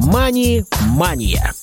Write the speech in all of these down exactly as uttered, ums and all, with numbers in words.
«Мани-мания».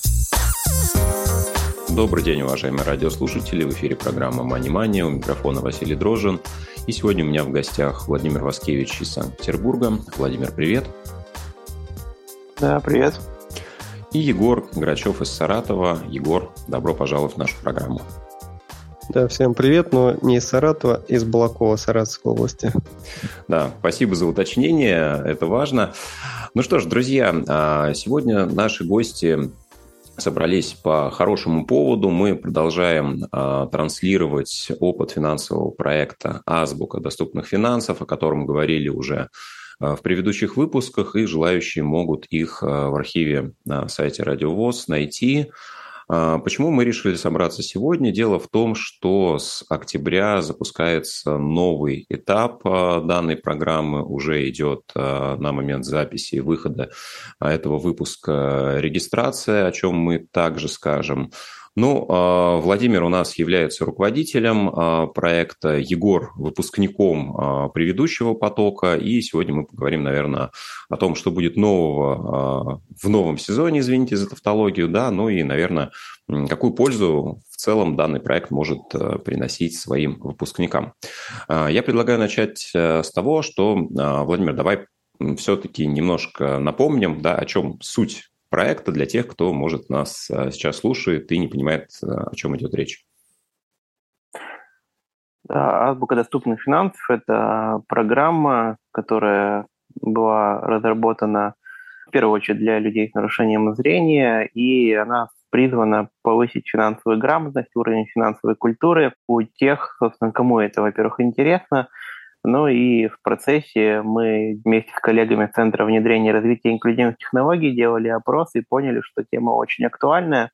Добрый день, уважаемые радиослушатели. В эфире программа «Мани-мания». У микрофона Василий Дрожжин. И сегодня у меня в гостях Владимир Васкевич из Санкт-Петербурга. Владимир, привет. Да, привет. И Егор Грачев из Саратова. Егор, добро пожаловать в нашу программу. Да, всем привет, но не из Саратова, из Балакова, Саратовской области. Да, спасибо за уточнение, это важно. Ну что ж, друзья, сегодня наши гости собрались по хорошему поводу. Мы продолжаем а, транслировать опыт финансового проекта «Азбука доступных финансов», о котором говорили уже а, в предыдущих выпусках, и желающие могут их а, в архиве на сайте Радио ВОС найти. А, почему мы решили собраться сегодня? Дело в том, что с октября запускается новый этап а, данной программы. Уже идет а, на момент записи и выхода а, этого выпуска регистрация, о чем мы также скажем. Ну, Владимир у нас является руководителем проекта, Егор – выпускником предыдущего потока, и сегодня мы поговорим, наверное, о том, что будет нового в новом сезоне, извините за тавтологию, да, ну и, наверное, какую пользу в целом данный проект может приносить своим выпускникам. Я предлагаю начать с того, что, Владимир, давай все-таки немножко напомним, да, о чем суть проекта для тех, кто, может, нас сейчас слушает и не понимает, о чем идет речь. Азбука доступных финансов – это программа, которая была разработана в первую очередь для людей с нарушением зрения, и она призвана повысить финансовую грамотность, уровень финансовой культуры у тех, собственно, кому это, во-первых, интересно. Ну и в процессе мы вместе с коллегами Центра внедрения и развития инклюзивных технологий делали опрос и поняли, что тема очень актуальная.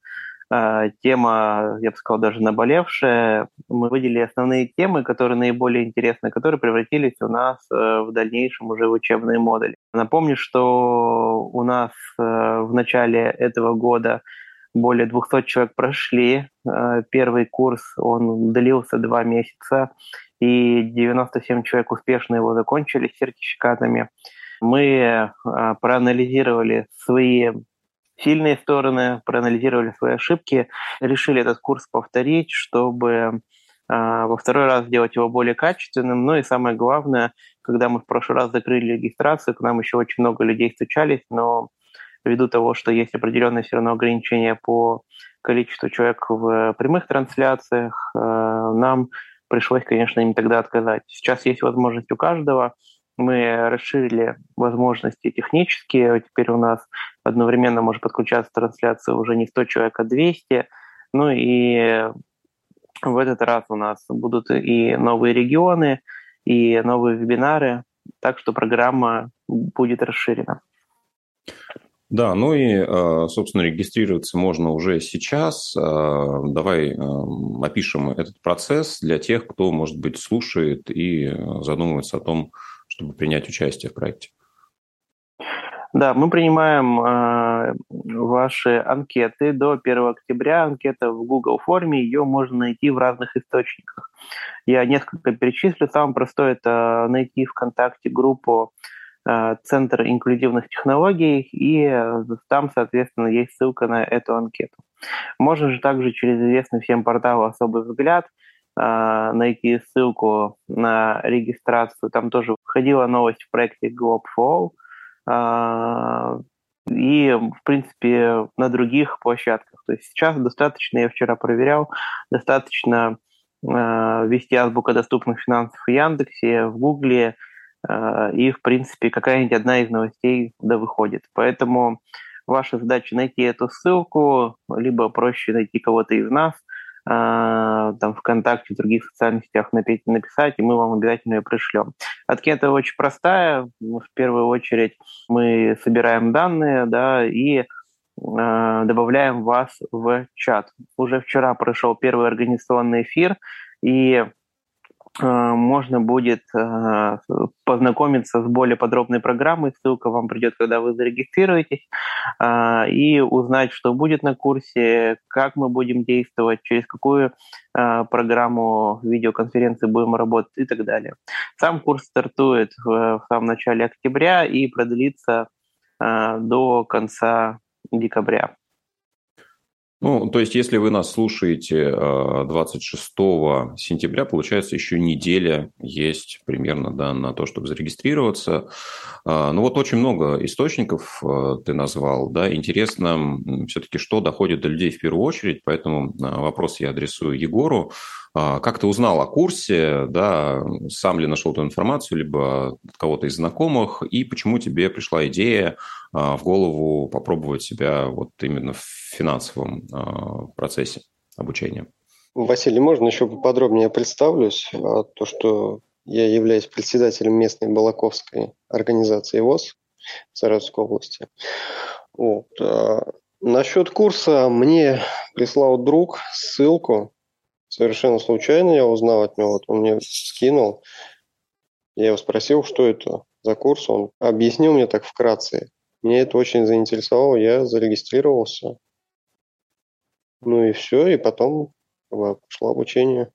Тема, я бы сказал, даже наболевшая. Мы выделили основные темы, которые наиболее интересны, которые превратились у нас в дальнейшем уже в учебные модули. Напомню, что у нас в начале этого года более двести человек прошли. Первый курс, он длился два месяца, и девяносто семь человек успешно его закончили с сертификатами. Мы проанализировали свои сильные стороны, проанализировали свои ошибки, решили этот курс повторить, чтобы во второй раз сделать его более качественным. Ну и самое главное, когда мы в прошлый раз закрыли регистрацию, к нам еще очень много людей стучались, но ввиду того, что есть определенные все равно ограничения по количеству человек в прямых трансляциях, нам пришлось, конечно, им тогда отказать. Сейчас есть возможность у каждого. Мы расширили возможности технические. Теперь у нас одновременно может подключаться трансляция уже не сто человек, а двести. Ну и в этот раз у нас будут и новые регионы, и новые вебинары. Так что программа будет расширена. Да, ну и, собственно, регистрироваться можно уже сейчас. Давай опишем этот процесс для тех, кто, может быть, слушает и задумывается о том, чтобы принять участие в проекте. Да, мы принимаем э, ваши анкеты до первого октября. Анкета в Google форме, ее можно найти в разных источниках. Я несколько перечислю. Самое простое – это найти ВКонтакте группу Центр инклюзивных технологий, и там, соответственно, есть ссылка на эту анкету. Можно же также через известный всем портал «Особый взгляд» найти ссылку на регистрацию. Там тоже входила новость в проекте Globe for All. И, в принципе, на других площадках. То есть сейчас достаточно, я вчера проверял, достаточно ввести азбука доступных финансов в Яндексе, в Гугле, и, в принципе, какая-нибудь одна из новостей да выходит. Поэтому ваша задача найти эту ссылку, либо проще найти кого-то из нас, там ВКонтакте, в других социальных сетях написать, и мы вам обязательно ее пришлем. Анкета очень простая. В первую очередь мы собираем данные, да, и добавляем вас в чат. Уже вчера прошел первый организационный эфир, и можно будет познакомиться с более подробной программой. Ссылка вам придет, когда вы зарегистрируетесь, и узнать, что будет на курсе, как мы будем действовать, через какую программу видеоконференции будем работать и так далее. Сам курс стартует в самом начале октября и продлится до конца декабря. Ну, то есть, если вы нас слушаете двадцать шестого сентября, получается, еще неделя есть примерно, да, на то, чтобы зарегистрироваться. Ну, вот очень много источников ты назвал, да. Интересно все-таки, что доходит до людей в первую очередь, поэтому вопрос я адресую Егору. Как ты узнал о курсе, да, сам ли нашел эту информацию, либо от кого-то из знакомых, и почему тебе пришла идея в голову попробовать себя вот именно в финансовом процессе обучения? Василий, можно еще поподробнее представлюсь? То, что я являюсь председателем местной Балаковской организации ВОС в Саратовской области. Вот. Насчет курса мне прислал друг ссылку. Совершенно случайно я узнал от него. Вот он мне скинул. Я его спросил, что это за курс. Он объяснил мне так вкратце. Меня это очень заинтересовало. Я зарегистрировался. Ну и все. И потом пошло обучение.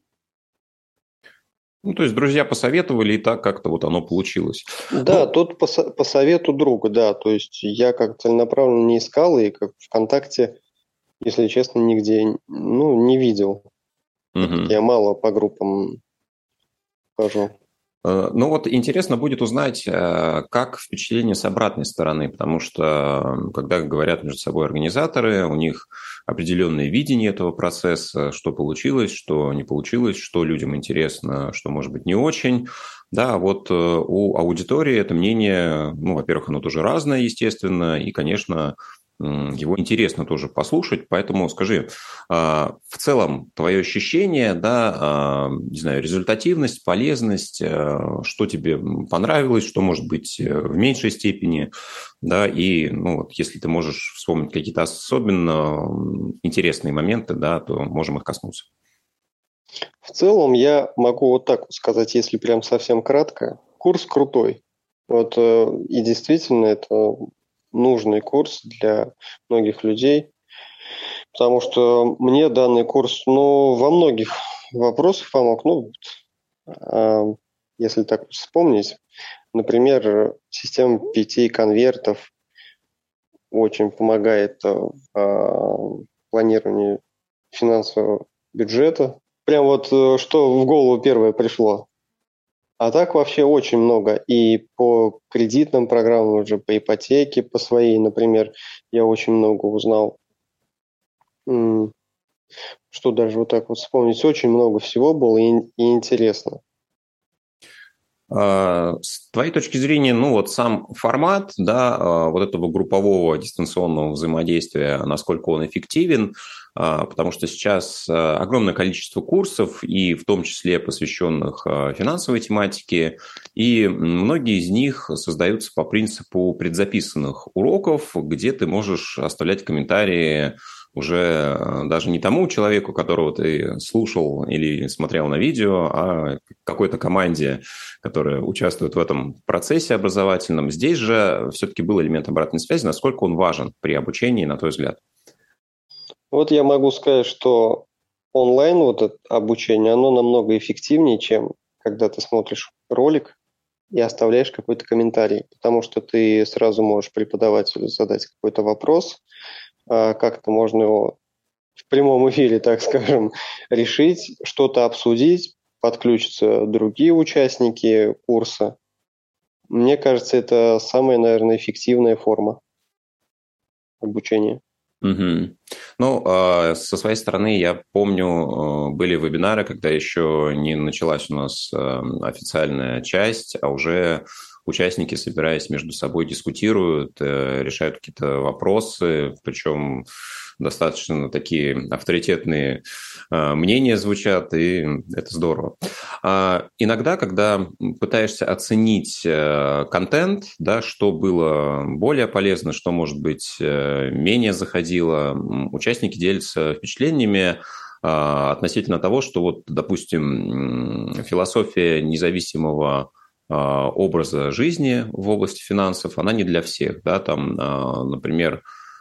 Ну, то есть друзья посоветовали, и так как-то вот оно получилось. Да, ну, тут по, по совету друга, да. То есть я как целенаправленно не искал, и как ВКонтакте, если честно, нигде ну, не видел. Угу. Я мало по группам хожу. Ну вот интересно будет узнать, как впечатление с обратной стороны, потому что когда говорят между собой организаторы, у них определенное видение этого процесса, что получилось, что не получилось, что людям интересно, что может быть не очень. Да, вот у аудитории это мнение, ну, во-первых, оно тоже разное, естественно, и, конечно, его интересно тоже послушать, поэтому скажи, в целом твое ощущение, да, не знаю, результативность, полезность, что тебе понравилось, что может быть в меньшей степени, да, и, ну, вот, если ты можешь вспомнить какие-то особенно интересные моменты, да, то можем их коснуться. В целом я могу вот так вот сказать, если прям совсем кратко, курс крутой, вот, и действительно это нужный курс для многих людей, потому что мне данный курс, ну, во многих вопросах помог. Ну, если так вспомнить, например, система пяти конвертов очень помогает в планировании финансового бюджета. Прям вот что в голову первое пришло. А так вообще очень много. И по кредитным программам уже, по ипотеке, по своей, например, я очень много узнал. Что даже вот так вот вспомнить. Очень много всего было и, и интересно. С твоей точки зрения, ну вот сам формат, да, вот этого группового дистанционного взаимодействия, насколько он эффективен, потому что сейчас огромное количество курсов, и в том числе посвященных финансовой тематике, и многие из них создаются по принципу предзаписанных уроков, где ты можешь оставлять комментарии уже даже не тому человеку, которого ты слушал или смотрел на видео, а какой-то команде, которая участвует в этом процессе образовательном. Здесь же все-таки был элемент обратной связи. Насколько он важен при обучении, на твой взгляд? Вот я могу сказать, что онлайн вот это обучение, оно намного эффективнее, чем когда ты смотришь ролик и оставляешь какой-то комментарий, потому что ты сразу можешь преподавателю задать какой-то вопрос, как-то можно его в прямом эфире, так скажем, решить, что-то обсудить, подключатся другие участники курса. Мне кажется, это самая, наверное, эффективная форма обучения. Угу. Ну, со своей стороны, я помню, были вебинары, когда еще не началась у нас официальная часть, а уже участники, собираясь между собой, дискутируют, решают какие-то вопросы, причем достаточно такие авторитетные мнения звучат, и это здорово. Иногда, когда пытаешься оценить контент, да, что было более полезно, что, может быть, менее заходило, участники делятся впечатлениями относительно того, что, вот, допустим, философия независимого образа жизни в области финансов, она не для всех. Да? Там, например,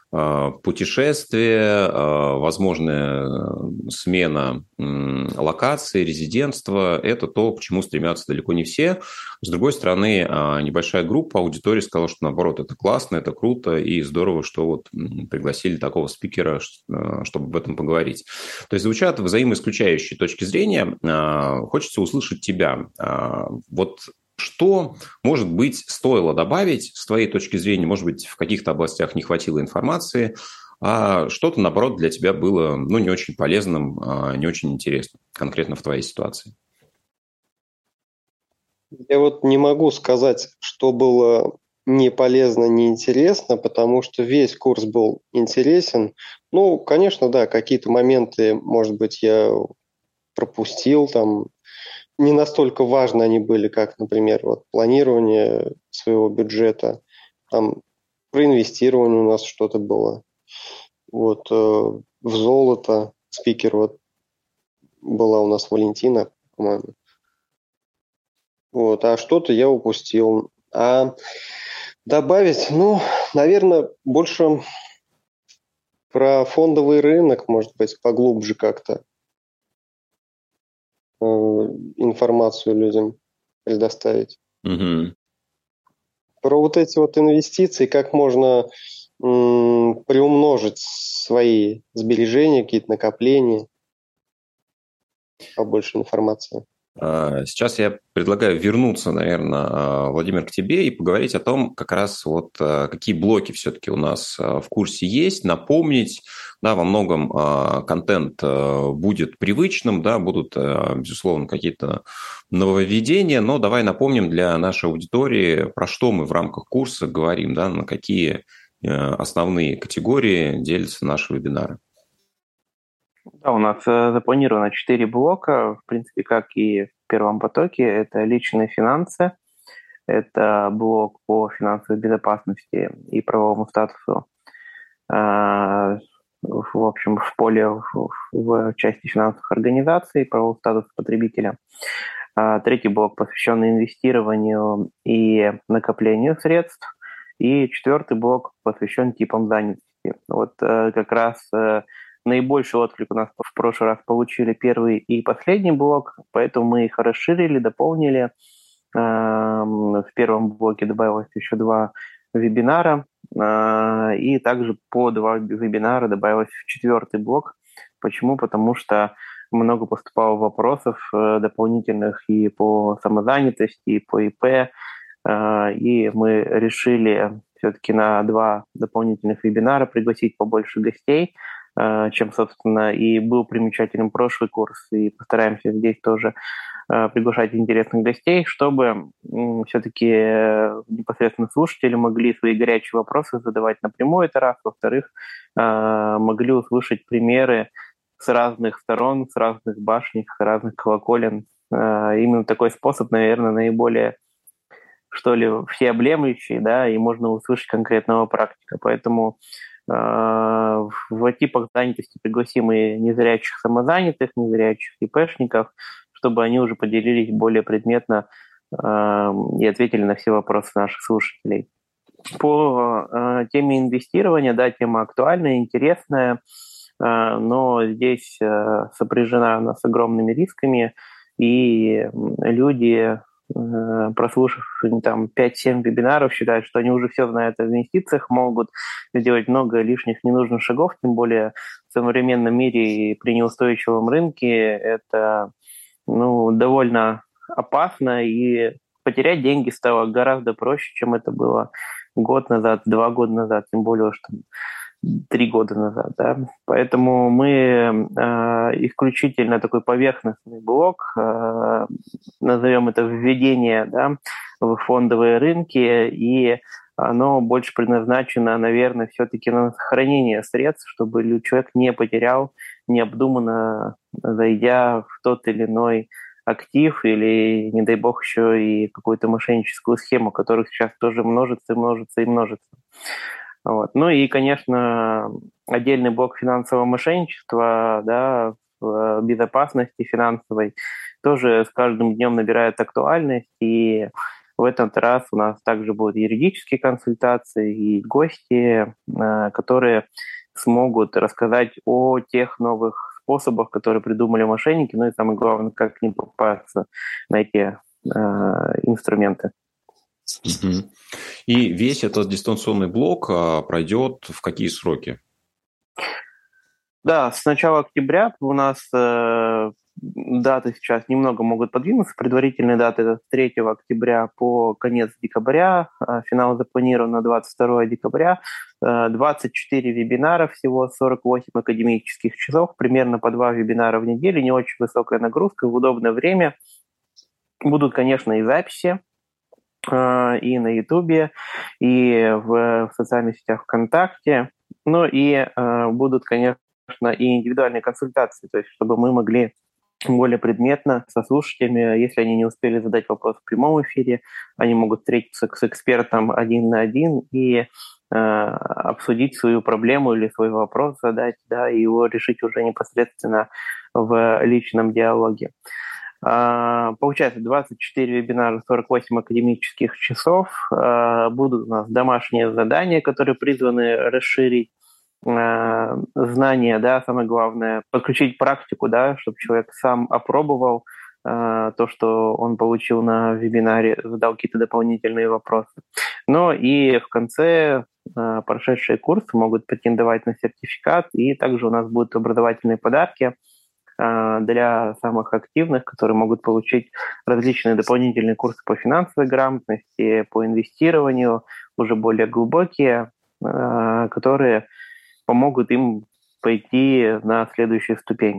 путешествия, возможная смена локации, резидентства – это то, к чему стремятся далеко не все. С другой стороны, небольшая группа аудитории сказала, что наоборот, это классно, это круто и здорово, что вот пригласили такого спикера, чтобы об этом поговорить. То есть звучат взаимоисключающие точки зрения. Хочется услышать тебя. Вот что, может быть, стоило добавить с твоей точки зрения? Может быть, в каких-то областях не хватило информации, а что-то, наоборот, для тебя было ну, не очень полезным, не очень интересным, конкретно в твоей ситуации? Я вот не могу сказать, что было не полезно, не интересно, потому что весь курс был интересен. Ну, конечно, да, какие-то моменты, может быть, я пропустил, там, не настолько важны они были, как, например, вот планирование своего бюджета, там про инвестирование у нас что-то было. Вот э, в золото спикер вот была у нас Валентина, по-моему. Вот, а что-то я упустил. А добавить, ну, наверное, больше про фондовый рынок, может быть, поглубже как-то э, информацию людям предоставить. Угу. Про вот эти вот инвестиции, как можно м, приумножить свои сбережения, какие-то накопления, побольше информации. Сейчас я предлагаю вернуться, наверное, Владимир, к тебе и поговорить о том, как раз вот какие блоки все-таки у нас в курсе есть, напомнить, да, во многом контент будет привычным, да, будут, безусловно, какие-то нововведения, но давай напомним для нашей аудитории, про что мы в рамках курса говорим, да, на какие основные категории делятся наши вебинары. Да, у нас э, запланировано четыре блока, в принципе, как и в первом потоке. Это личные финансы, это блок по финансовой безопасности и правовому статусу, э, в общем, в поле, в, в части финансовых организаций, правового статуса потребителя. Э, третий блок, посвященный инвестированию и накоплению средств. И четвертый блок посвящен типам занятости. Вот э, как раз... Э, Наибольший отклик у нас в прошлый раз получили первый и последний блок, поэтому мы их расширили, дополнили. В первом блоке добавилось еще два вебинара, и также по два вебинара добавилось в четвертый блок. Почему? Потому что много поступало вопросов дополнительных и по самозанятости, и по ИП, и мы решили все-таки на два дополнительных вебинара пригласить побольше гостей, чем, собственно, и был примечателен прошлый курс, и постараемся здесь тоже приглашать интересных гостей, чтобы все-таки непосредственно слушатели могли свои горячие вопросы задавать напрямую, это раз. Во-вторых, могли услышать примеры с разных сторон, с разных башен, с разных колоколен. Именно такой способ, наверное, наиболее, что ли, всеобъемлющий, да, и можно услышать конкретного практика. Поэтому в типах занятости пригласим и незрячих самозанятых, незрячих ИПшников, чтобы они уже поделились более предметно и ответили на все вопросы наших слушателей. По теме инвестирования, да, тема актуальная, интересная, но здесь сопряжена она с огромными рисками, и люди, прослушав там пять-семь вебинаров, считают, что они уже все знают о инвестициях, могут сделать много лишних ненужных шагов, тем более в современном мире и при неустойчивом рынке это ну, довольно опасно, и потерять деньги стало гораздо проще, чем это было год назад, два года назад, тем более, что три года назад. Да? Поэтому мы э, исключительно такой поверхностный блок, э, назовем это введение, да, в фондовые рынки, и оно больше предназначено, наверное, все-таки на сохранение средств, чтобы человек не потерял необдуманно, зайдя в тот или иной актив или, не дай бог, еще и какую-то мошенническую схему, которых сейчас тоже множится, множится и множится. Вот. Ну и, конечно, отдельный блок финансового мошенничества, да, в безопасности финансовой тоже с каждым днем набирает актуальность, и В этот раз у нас также будут юридические консультации и гости, которые смогут рассказать о тех новых способах, которые придумали мошенники, ну и самое главное, как к ним попасться на эти инструменты. Угу. И весь этот дистанционный блок пройдет в какие сроки? Да, с начала октября у нас э, даты сейчас немного могут подвинуться. Предварительные даты это с третьего октября по конец декабря. Э, финал запланирован на двадцать второе декабря. Э, двадцать четыре вебинара всего, сорок восемь академических часов, примерно по два вебинара в неделю, не очень высокая нагрузка, в удобное время. Будут, конечно, и записи, э, и на Ютубе, и в, в социальных сетях ВКонтакте. Ну и э, будут, конечно, и индивидуальные консультации, то есть чтобы мы могли более предметно со слушателями, если они не успели задать вопрос в прямом эфире, они могут встретиться с экспертом один на один и э, обсудить свою проблему или свой вопрос задать, да, и его решить уже непосредственно в личном диалоге. Uh, получается, двадцать четыре вебинара, сорок восемь академических часов. Uh, будут у нас домашние задания, которые призваны расширить uh, знания, да, самое главное, подключить практику, да, чтобы человек сам опробовал uh, то, что он получил на вебинаре, задал какие-то дополнительные вопросы. Но и в конце uh, прошедшие курсы могут претендовать на сертификат, и также у нас будут образовательные подарки для самых активных, которые могут получить различные дополнительные курсы по финансовой грамотности, по инвестированию, уже более глубокие, которые помогут им пойти на следующую ступень.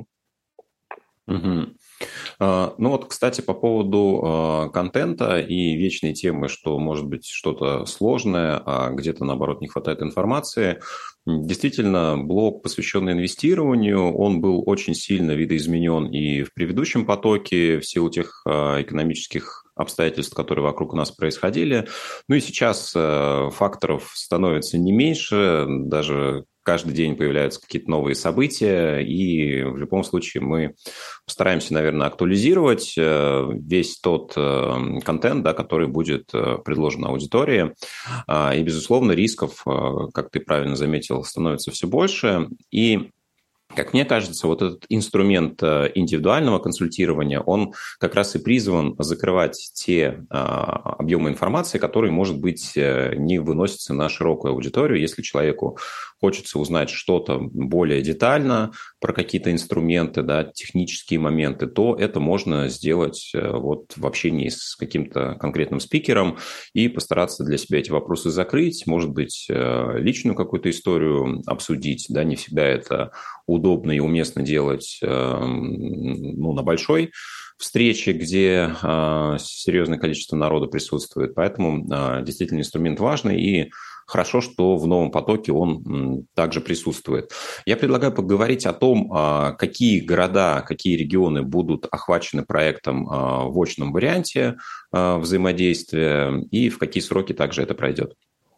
Угу. Ну вот, кстати, по поводу контента и вечной темы, что может быть что-то сложное, а где-то, наоборот, не хватает информации. Действительно, блок, посвященный инвестированию, он был очень сильно видоизменен и в предыдущем потоке в силу тех экономических обстоятельств, которые вокруг нас происходили. Ну и сейчас факторов становится не меньше, даже каждый день появляются какие-то новые события, и в любом случае мы постараемся, наверное, актуализировать весь тот контент, да, который будет предложен аудитории. И, безусловно, рисков, как ты правильно заметил, становится все больше. И как мне кажется, вот этот инструмент индивидуального консультирования, он как раз и призван закрывать те а, объемы информации, которые, может быть, не выносятся на широкую аудиторию. Если человеку хочется узнать что-то более детально про какие-то инструменты, да, технические моменты, то это можно сделать вот в общении с каким-то конкретным спикером и постараться для себя эти вопросы закрыть, может быть, личную какую-то историю обсудить, да, не всегда это удобно и уместно делать ну, на большой встрече, где э, серьезное количество народа присутствует. Поэтому э, действительно инструмент важный, и хорошо, что в новом потоке он м, также присутствует. Я предлагаю поговорить о том, э, какие города, какие регионы будут охвачены проектом э, в очном варианте э, взаимодействия, и в какие сроки также это пройдет.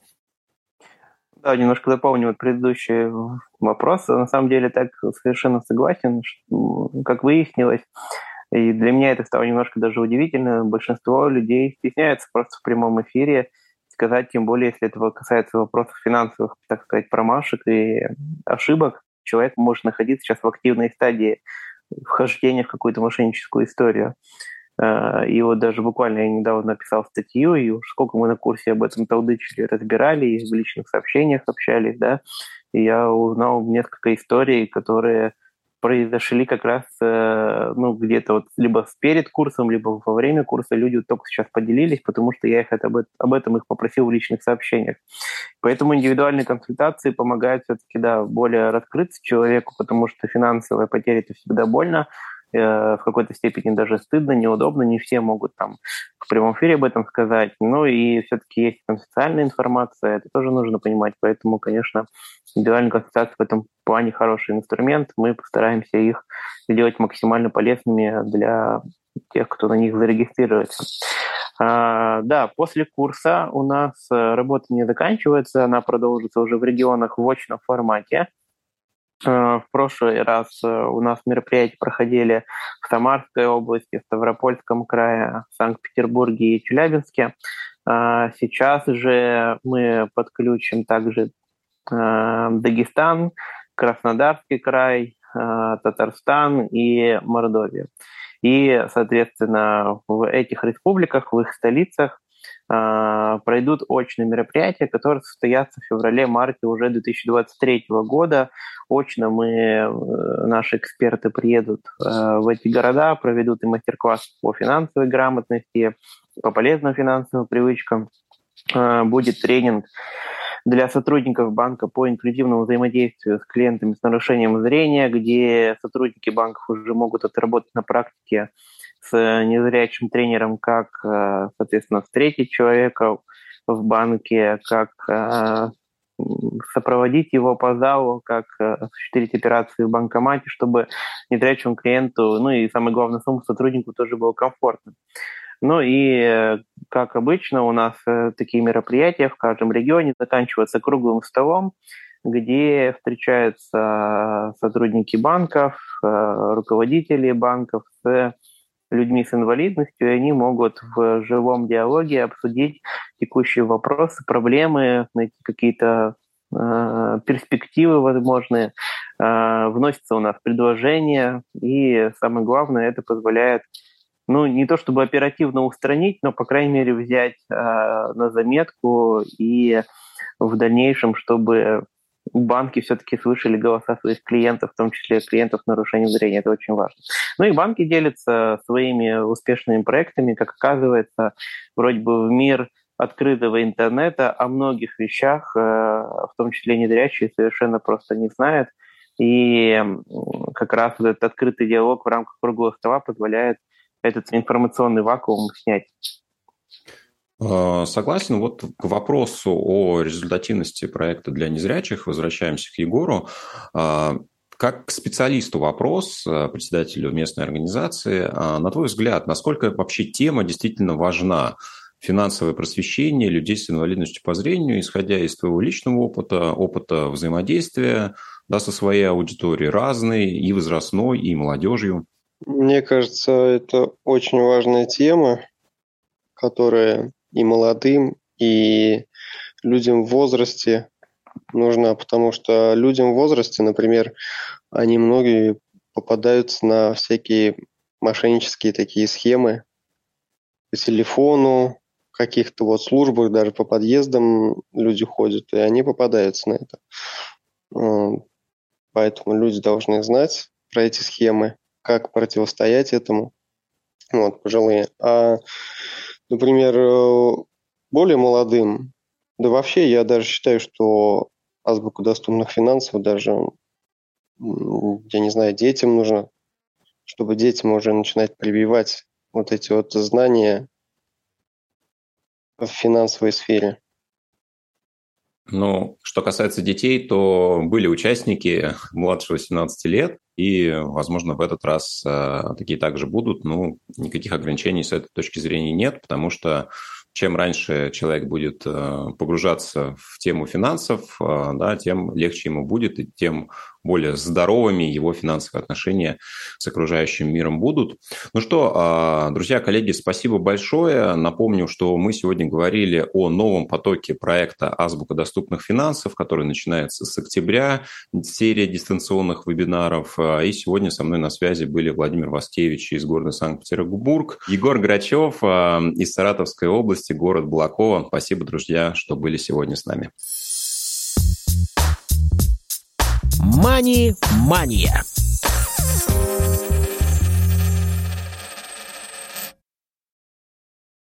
Да, немножко дополню вот предыдущий вопрос. На самом деле так совершенно согласен, что, как выяснилось, и для меня это стало немножко даже удивительно. Большинство людей стесняется просто в прямом эфире сказать, тем более, если этого касается вопросов финансовых, так сказать, промашек и ошибок. Человек может находиться сейчас в активной стадии вхождения в какую-то мошенническую историю. И вот даже буквально я недавно написал статью, и уж сколько мы на курсе об этом толдычили, разбирали, и в личных сообщениях общались, да, и я узнал несколько историй, которые произошли как раз, ну, где-то вот либо перед курсом, либо во время курса. Люди только сейчас поделились, потому что я их это, об этом их попросил в личных сообщениях. Поэтому индивидуальные консультации помогают все-таки, да, более раскрыться человеку, потому что финансовая потеря – это всегда больно, в какой-то степени даже стыдно, неудобно, не все могут там в прямом эфире об этом сказать. Ну и все-таки есть конфиденциальная информация, это тоже нужно понимать, поэтому, конечно, индивидуальная консультация в этом плане хороший инструмент, мы постараемся их сделать максимально полезными для тех, кто на них зарегистрируется. А, да, после курса у нас работа не заканчивается, она продолжится уже в регионах в очном формате. В прошлый раз у нас мероприятия проходили в Самарской области, в Ставропольском крае, в Санкт-Петербурге и Челябинске. Сейчас же мы подключим также Дагестан, Краснодарский край, Татарстан и Мордовию. И, соответственно, в этих республиках, в их столицах пройдут очные мероприятия, которые состоятся в феврале-марте уже две тысячи двадцать третьего года. Очно мы, наши эксперты приедут в эти города, проведут и мастер-класс по финансовой грамотности, по полезным финансовым привычкам. Будет тренинг для сотрудников банка по инклюзивному взаимодействию с клиентами с нарушением зрения, где сотрудники банков уже могут отработать на практике с незрячим тренером, как, соответственно, встретить человека в банке, как сопроводить его по залу, как осуществить операции в банкомате, чтобы незрячему клиенту, ну и самое главное, самому сотруднику тоже было комфортно. Ну и, как обычно, у нас такие мероприятия в каждом регионе заканчиваются круглым столом, где встречаются сотрудники банков, руководители банков с людьми с инвалидностью, и они могут в живом диалоге обсудить текущие вопросы, проблемы, найти какие-то э, перспективы возможные. Э, вносятся у нас предложения, и самое главное, это позволяет, ну, не то чтобы оперативно устранить, но, по крайней мере, взять э, на заметку и в дальнейшем, чтобы банки все-таки слышали голоса своих клиентов, в том числе клиентов с нарушением зрения. Это очень важно. Ну и банки делятся своими успешными проектами. Как оказывается, вроде бы в мир открытого интернета о многих вещах, в том числе незрячие, совершенно просто не знают. И как раз этот открытый диалог в рамках круглого стола позволяет этот информационный вакуум снять. Согласен. Вот к вопросу о результативности проекта для незрячих возвращаемся к Егору. Как к специалисту вопрос, председателю местной организации. На твой взгляд, насколько вообще тема действительно важна? Финансовое просвещение людей с инвалидностью по зрению, исходя из твоего личного опыта, опыта взаимодействия, да, со своей аудиторией разной, и возрастной, и молодежью? Мне кажется, это очень важная тема, которая и молодым, и людям в возрасте нужна, потому что людям в возрасте, например, они многие попадаются на всякие мошеннические такие схемы по телефону, в каких-то вот службах, даже по подъездам люди ходят, и они попадаются на это. Поэтому люди должны знать про эти схемы, как противостоять этому, вот, пожилые. А например, более молодым, да вообще я даже считаю, что азбуку доступных финансов даже, я не знаю, детям нужно, чтобы детям уже начинать прививать вот эти вот знания в финансовой сфере. Ну, что касается детей, то были участники младше восемнадцати лет, и, возможно, в этот раз э, такие также будут. Ну, никаких ограничений с этой точки зрения нет, потому что чем раньше человек будет э, погружаться в тему финансов, э, да, тем легче ему будет, и тем более здоровыми его финансовые отношения с окружающим миром будут. Ну что, друзья, коллеги, спасибо большое. Напомню, что мы сегодня говорили о новом потоке проекта «Азбука доступных финансов», который начинается с октября, серия дистанционных вебинаров. И сегодня со мной на связи были Владимир Васкевич из города Санкт-Петербург, Егор Грачев из Саратовской области, город Балаково. Спасибо, друзья, что были сегодня с нами. Мани-мания.